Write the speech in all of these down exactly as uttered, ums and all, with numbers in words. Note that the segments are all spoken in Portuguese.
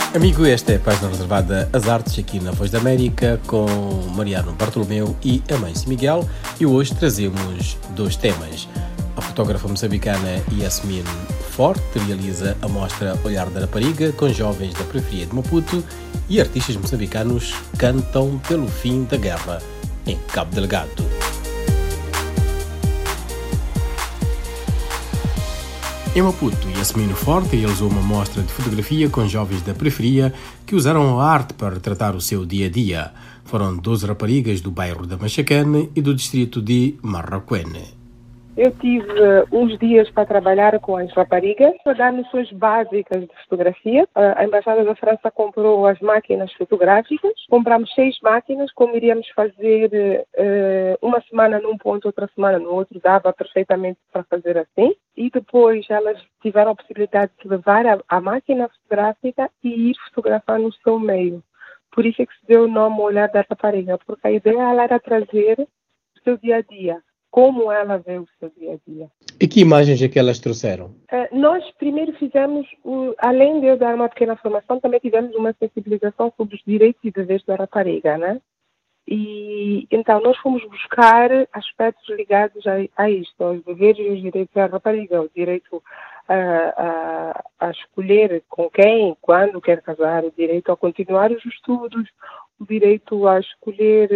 Amigo, esta é a página reservada às artes aqui na Voz da América com Mariano Bartolomeu e a mãe Miguel, e hoje trazemos dois temas. A fotógrafa moçambicana Yasmin Forte realiza a mostra Olhar da Rapariga com jovens da periferia de Maputo, e artistas moçambicanos cantam pelo fim da guerra em Cabo Delgado. Em Maputo, Yasmin Forte realizou uma mostra de fotografia com jovens da periferia que usaram a arte para retratar o seu dia-a-dia. Foram doze raparigas do bairro da Machacane e do distrito de Marraquene. Eu tive uh, uns dias para trabalhar com as raparigas, para dar noções básicas de fotografia. Uh, a Embaixada da França comprou as máquinas fotográficas. Compramos seis máquinas, como iríamos fazer uh, uma semana num ponto, outra semana no outro, dava perfeitamente para fazer assim. E depois elas tiveram a possibilidade de levar a, a máquina fotográfica e ir fotografar no seu meio. Por isso é que se deu o nome Olhar da Rapariga, porque a ideia era trazer o seu dia-a-dia. Como ela vê o seu dia-a-dia. E que imagens é que elas trouxeram? Uh, nós primeiro fizemos, uh, além de eu dar uma pequena formação, também tivemos uma sensibilização sobre os direitos e deveres da rapariga, né? E então nós fomos buscar aspectos ligados a, a isto, aos deveres e os direitos da rapariga, o direito uh, a, a escolher com quem, quando quer casar, o direito a continuar os estudos, o direito a escolher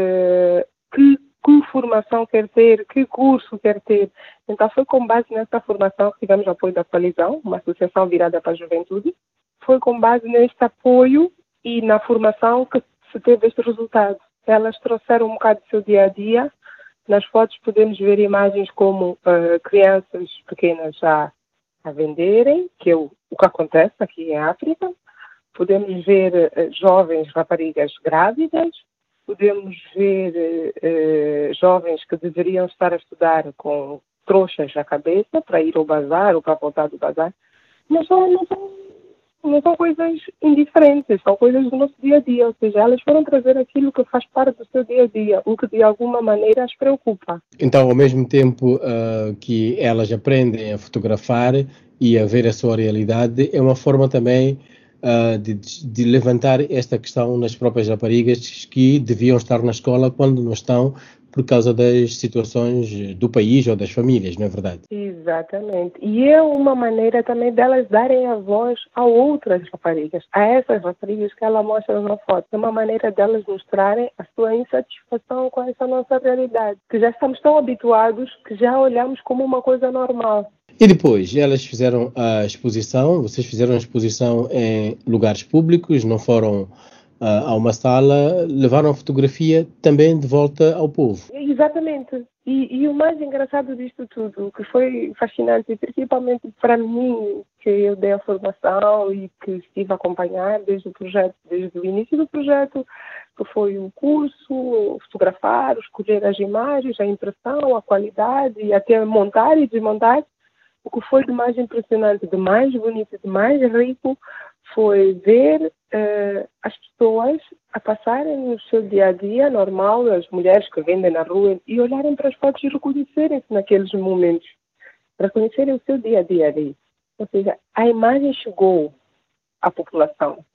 uh, que que formação quer ter, que curso quer ter. Então foi com base nessa formação que tivemos o apoio da Coalizão, uma associação virada para a juventude. Foi com base neste apoio e na formação que se teve este resultado. Elas trouxeram um bocado do seu dia-a-dia. Nas fotos podemos ver imagens como uh, crianças pequenas a, a venderem, que é o, o que acontece aqui em África. Podemos ver uh, jovens raparigas grávidas. Podemos ver eh, jovens que deveriam estar a estudar com trouxas na cabeça para ir ao bazar ou para voltar do bazar. Não são, não são, não são coisas indiferentes, são coisas do nosso dia-a-dia. Ou seja, elas foram trazer aquilo que faz parte do seu dia-a-dia, o que de alguma maneira as preocupa. Então, ao mesmo tempo uh, que elas aprendem a fotografar e a ver a sua realidade, é uma forma também Uh, de, de levantar esta questão nas próprias raparigas que deviam estar na escola quando não estão por causa das situações do país ou das famílias, não é verdade? Exatamente. E é uma maneira também delas darem a voz a outras raparigas, a essas raparigas que ela mostra na foto. É uma maneira delas mostrarem a sua insatisfação com essa nossa realidade, que já estamos tão habituados que já olhamos como uma coisa normal. E depois, elas fizeram a exposição, vocês fizeram a exposição em lugares públicos, não foram uh, a uma sala, levaram a fotografia também de volta ao povo. Exatamente. E, e o mais engraçado disto tudo, que foi fascinante, principalmente para mim, que eu dei a formação e que estive a acompanhar desde o projeto, desde o início do projeto, que foi o curso, fotografar, escolher as imagens, a impressão, a qualidade, e até montar e desmontar. O que foi de mais impressionante, de mais bonito, de mais rico, foi ver uh, as pessoas a passarem no seu dia-a-dia normal, as mulheres que vendem na rua, e olharem para as fotos e reconhecerem-se naqueles momentos, reconhecerem o seu dia-a-dia ali. Ou seja, a imagem chegou à população.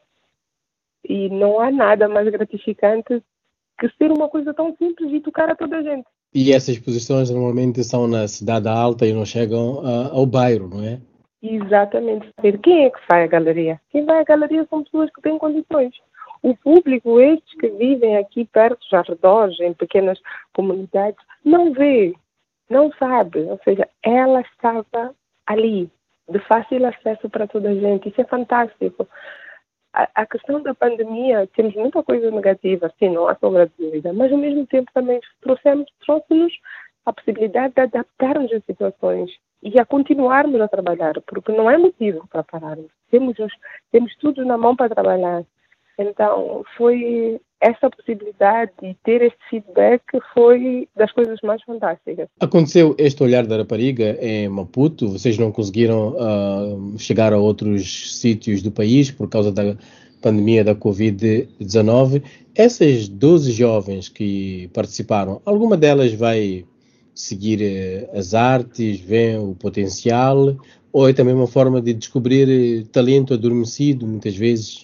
E não há nada mais gratificante que ser uma coisa tão simples e tocar a toda a gente. E essas exposições normalmente são na cidade alta e não chegam uh, ao bairro, não é? Exatamente. Quem é que vai à galeria? Quem vai à galeria são pessoas que têm condições. O público, estes que vivem aqui perto, já arredores, em pequenas comunidades, não vê, não sabe. Ou seja, ela estava ali, de fácil acesso para toda a gente. Isso é fantástico. A, a questão da pandemia, temos muita coisa negativa, sim, não há sombra de dúvida, mas ao mesmo tempo também trouxemos, trouxe-nos a possibilidade de adaptarmos às situações e a continuarmos a trabalhar, porque não é motivo para pararmos. Temos, os, temos tudo na mão para trabalhar. Então, foi essa possibilidade de ter este feedback foi das coisas mais fantásticas. Aconteceu este Olhar da Rapariga em Maputo? Vocês não conseguiram uh, chegar a outros sítios do país por causa da pandemia da covid dezenove. Essas doze jovens que participaram, alguma delas vai seguir uh, as artes, vê o potencial, ou é também uma forma de descobrir uh, talento adormecido, muitas vezes,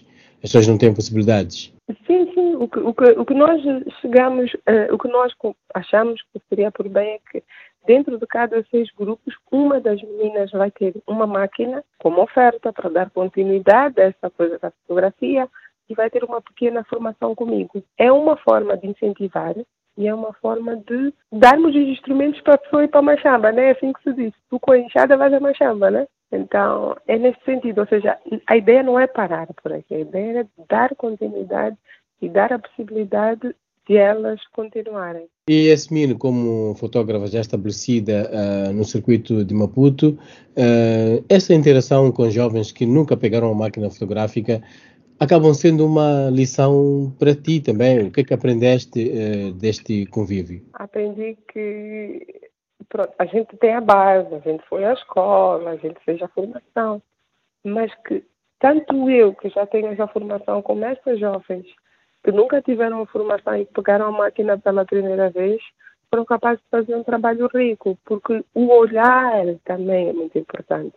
As pessoas não têm possibilidades. Sim, sim. O que, o que, o que nós chegamos, uh, o que nós achamos que seria por bem é que dentro de cada seis grupos, uma das meninas vai ter uma máquina como oferta para dar continuidade a essa coisa da fotografia e vai ter uma pequena formação comigo. É uma forma de incentivar e é uma forma de darmos os instrumentos para a pessoa ir para a machamba, né? É assim que se diz. Tu com a enxada vais à machamba, né? Então, é nesse sentido. Ou seja, a ideia não é parar por aqui. A ideia é dar continuidade e dar a possibilidade de elas continuarem. E Yasmine, como fotógrafa já estabelecida uh, no circuito de Maputo, uh, essa interação com jovens que nunca pegaram uma máquina fotográfica acabam sendo uma lição para ti também. O que é que aprendeste uh, deste convívio? Aprendi que pronto, a gente tem a base, a gente foi à escola, a gente fez a formação, mas que tanto eu, que já tenho essa formação, como estas jovens que nunca tiveram uma formação e pegaram a máquina pela primeira vez, foram capazes de fazer um trabalho rico, porque o olhar também é muito importante.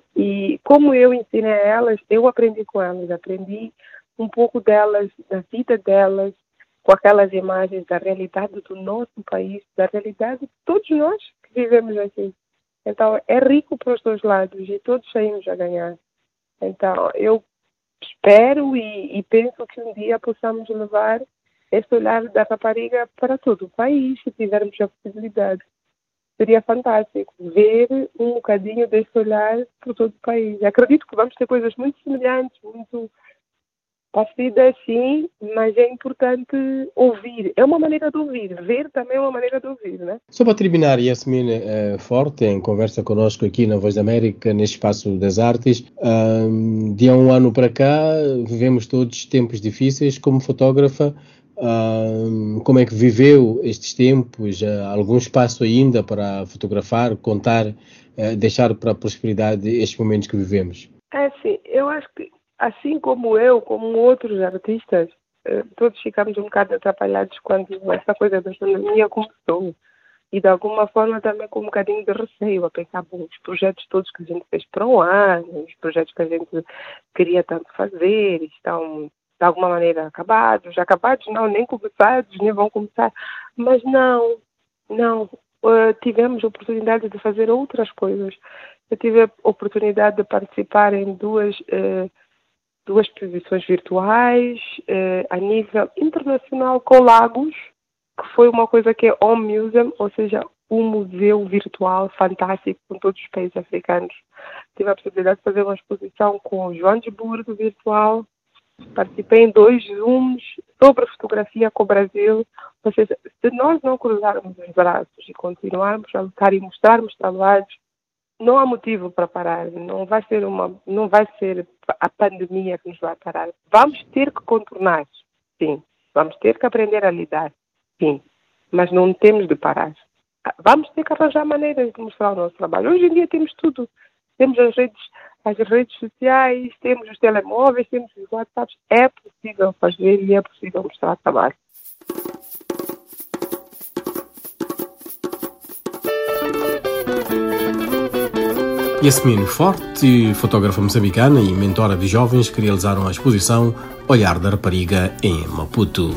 E como eu ensinei a elas, eu aprendi com elas, aprendi um pouco delas, da vida delas, com aquelas imagens da realidade do nosso país, da realidade de todos nós que vivemos aqui. Então, é rico para os dois lados e todos saímos a ganhar. Então, eu espero e, e penso que um dia possamos levar esse olhar da rapariga para todo o país, se tivermos a possibilidade. Seria fantástico ver um bocadinho desse olhar por todo o país. Acredito que vamos ter coisas muito semelhantes, muito parecidas, sim, mas é importante ouvir. É uma maneira de ouvir. Ver também é uma maneira de ouvir, né? Só para terminar, Yasmine uh, Forte, em conversa connosco aqui na Voz da América, neste Espaço das Artes, um, de há um ano para cá, vivemos todos tempos difíceis. Como fotógrafa, um, como é que viveu estes tempos? Uh, algum espaço ainda para fotografar, contar, uh, deixar para a prosperidade estes momentos que vivemos? É sim, eu acho que assim como eu, como outros artistas, todos ficamos um bocado atrapalhados quando essa coisa da pandemia começou. E de alguma forma também com um bocadinho de receio, a pensar, bom, os projetos todos que a gente fez para um ano, os projetos que a gente queria tanto fazer, estão de alguma maneira acabados, acabados não, nem começados, nem vão começar. Mas não, não, uh, tivemos a oportunidade de fazer outras coisas. Eu tive a oportunidade de participar em duas... Uh, duas exposições virtuais eh, a nível internacional com Lagos, que foi uma coisa que é Home Museum, ou seja, um museu virtual fantástico com todos os países africanos. Tive a possibilidade de fazer uma exposição com o Joanesburgo virtual, participei em dois Zooms sobre fotografia com o Brasil, ou seja, se nós não cruzarmos os braços e continuarmos a lutar e mostrarmos trabalhos, não há motivo para parar, não vai ser uma, não vai ser a pandemia que nos vai parar. Vamos ter que contornar, sim. Vamos ter que aprender a lidar, sim. Mas não temos de parar. Vamos ter que arranjar maneiras de mostrar o nosso trabalho. Hoje em dia temos tudo. Temos as redes, as redes sociais, temos os telemóveis, temos os WhatsApps. É possível fazer e é possível mostrar trabalho. Yasmine Forte, fotógrafa moçambicana e mentora de jovens que realizaram a exposição Olhar da Rapariga em Maputo.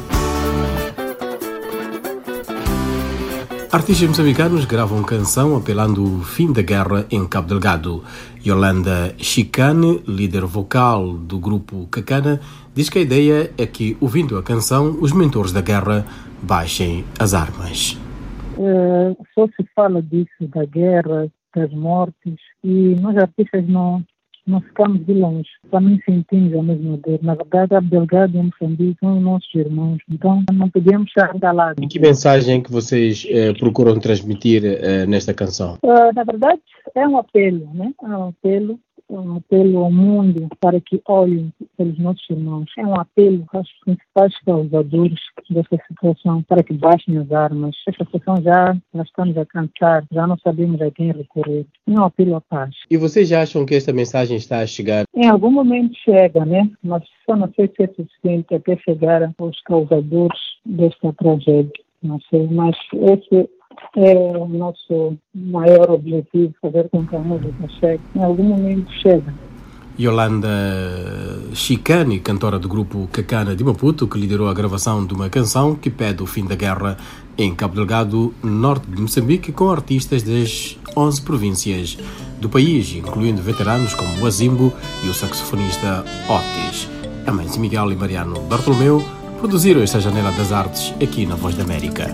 Artistas moçambicanos gravam canção apelando ao fim da guerra em Cabo Delgado. Yolanda Chicane, líder vocal do grupo Cacana, diz que a ideia é que, ouvindo a canção, os mentores da guerra baixem as armas. Uh, só se fala disso, da guerra, das mortes, e nós artistas não, não ficamos de longe, também sentimos a mesma dor. Na verdade, Cabo Delgado e Moçambique são os nossos irmãos, então não podemos estar calados. E que mensagem que vocês eh, procuram transmitir eh, nesta canção? Uh, na verdade, é um apelo, né? É um apelo, um apelo ao mundo para que olhem pelos nossos irmãos. É um apelo aos principais causadores dessa situação para que baixem as armas. Esta situação já, já estamos a cansar, já não sabemos a quem recorrer. É um apelo à paz. E vocês já acham que esta mensagem está a chegar? Em algum momento chega, né? Mas só não sei se é suficiente até chegar aos causadores desta tragédia. Não sei, mas esse é o nosso maior objetivo, fazer com que a música chegue. Em algum momento chega. Yolanda Chicane, cantora do grupo Cacana de Maputo, que liderou a gravação de uma canção que pede o fim da guerra em Cabo Delgado, norte de Moçambique, com artistas das onze províncias do país, incluindo veteranos como o Azimbo e o saxofonista Otis. Amâncio Miguel e Mariano Bartolomeu produziram esta Janela das Artes aqui na Voz da América.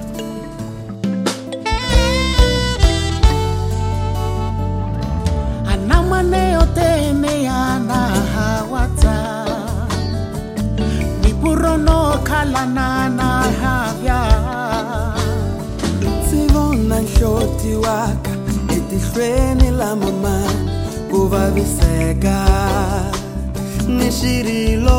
Sivona nhloti waka etihlweni la mama ku vaviseka ni xirilo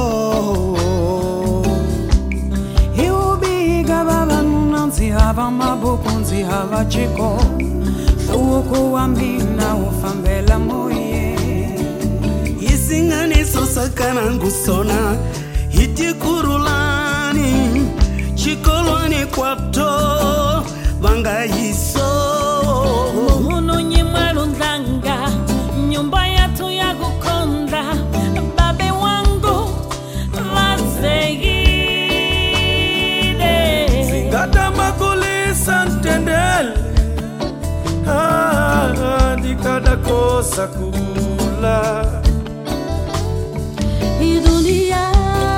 hi ubiga vavanuna ndzi hava mavoko ndzi hava chiko nhluvuko wa mina wu fambela moye isinganiso sakana ngusona hi tikurulani chikolwani kwato vangayiso muno nyimalo ndlanga nyumba yatu ya kukonda babe wangu vazegide singata makulisa ntendele ah, dikada kosa kula i dunia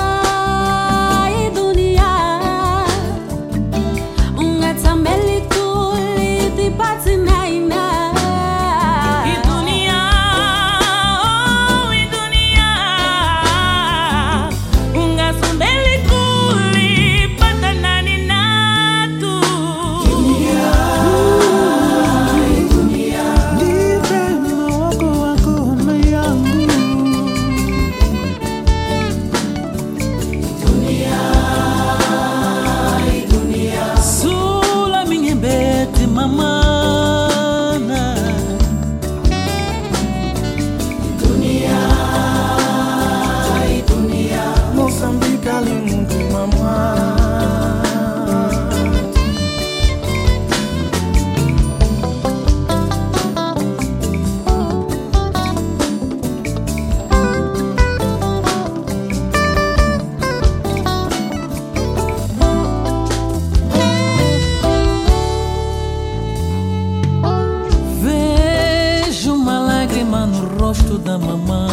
da mamã,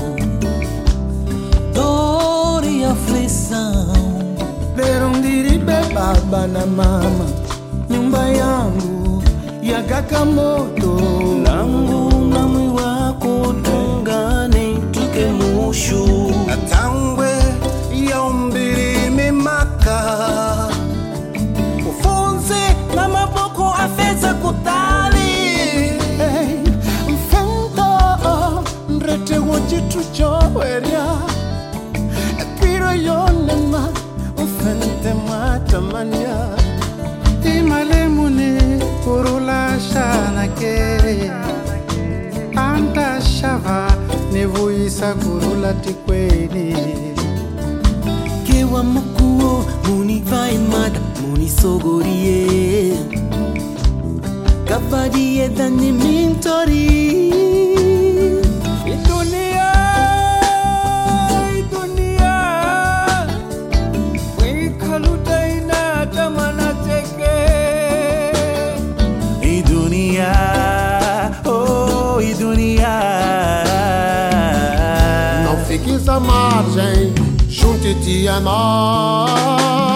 dor e aflição. Lerondiribe baba na mama, nyumba yangu ya Kakamoto, langu na mwi wako tungane tuke mushu atangwe ya umbiri mimaka ufunze na maboko afeza kutali hey. Rete wajitu choweria Piro yonema Ufente matamania Imale mune Kurula shanake Anta shava Nevuisa kurula tikweni Kewa mukuo Muni vaimada Muni sogorie Kabadie dani mintori Não fiques à margem, junte-te a nós.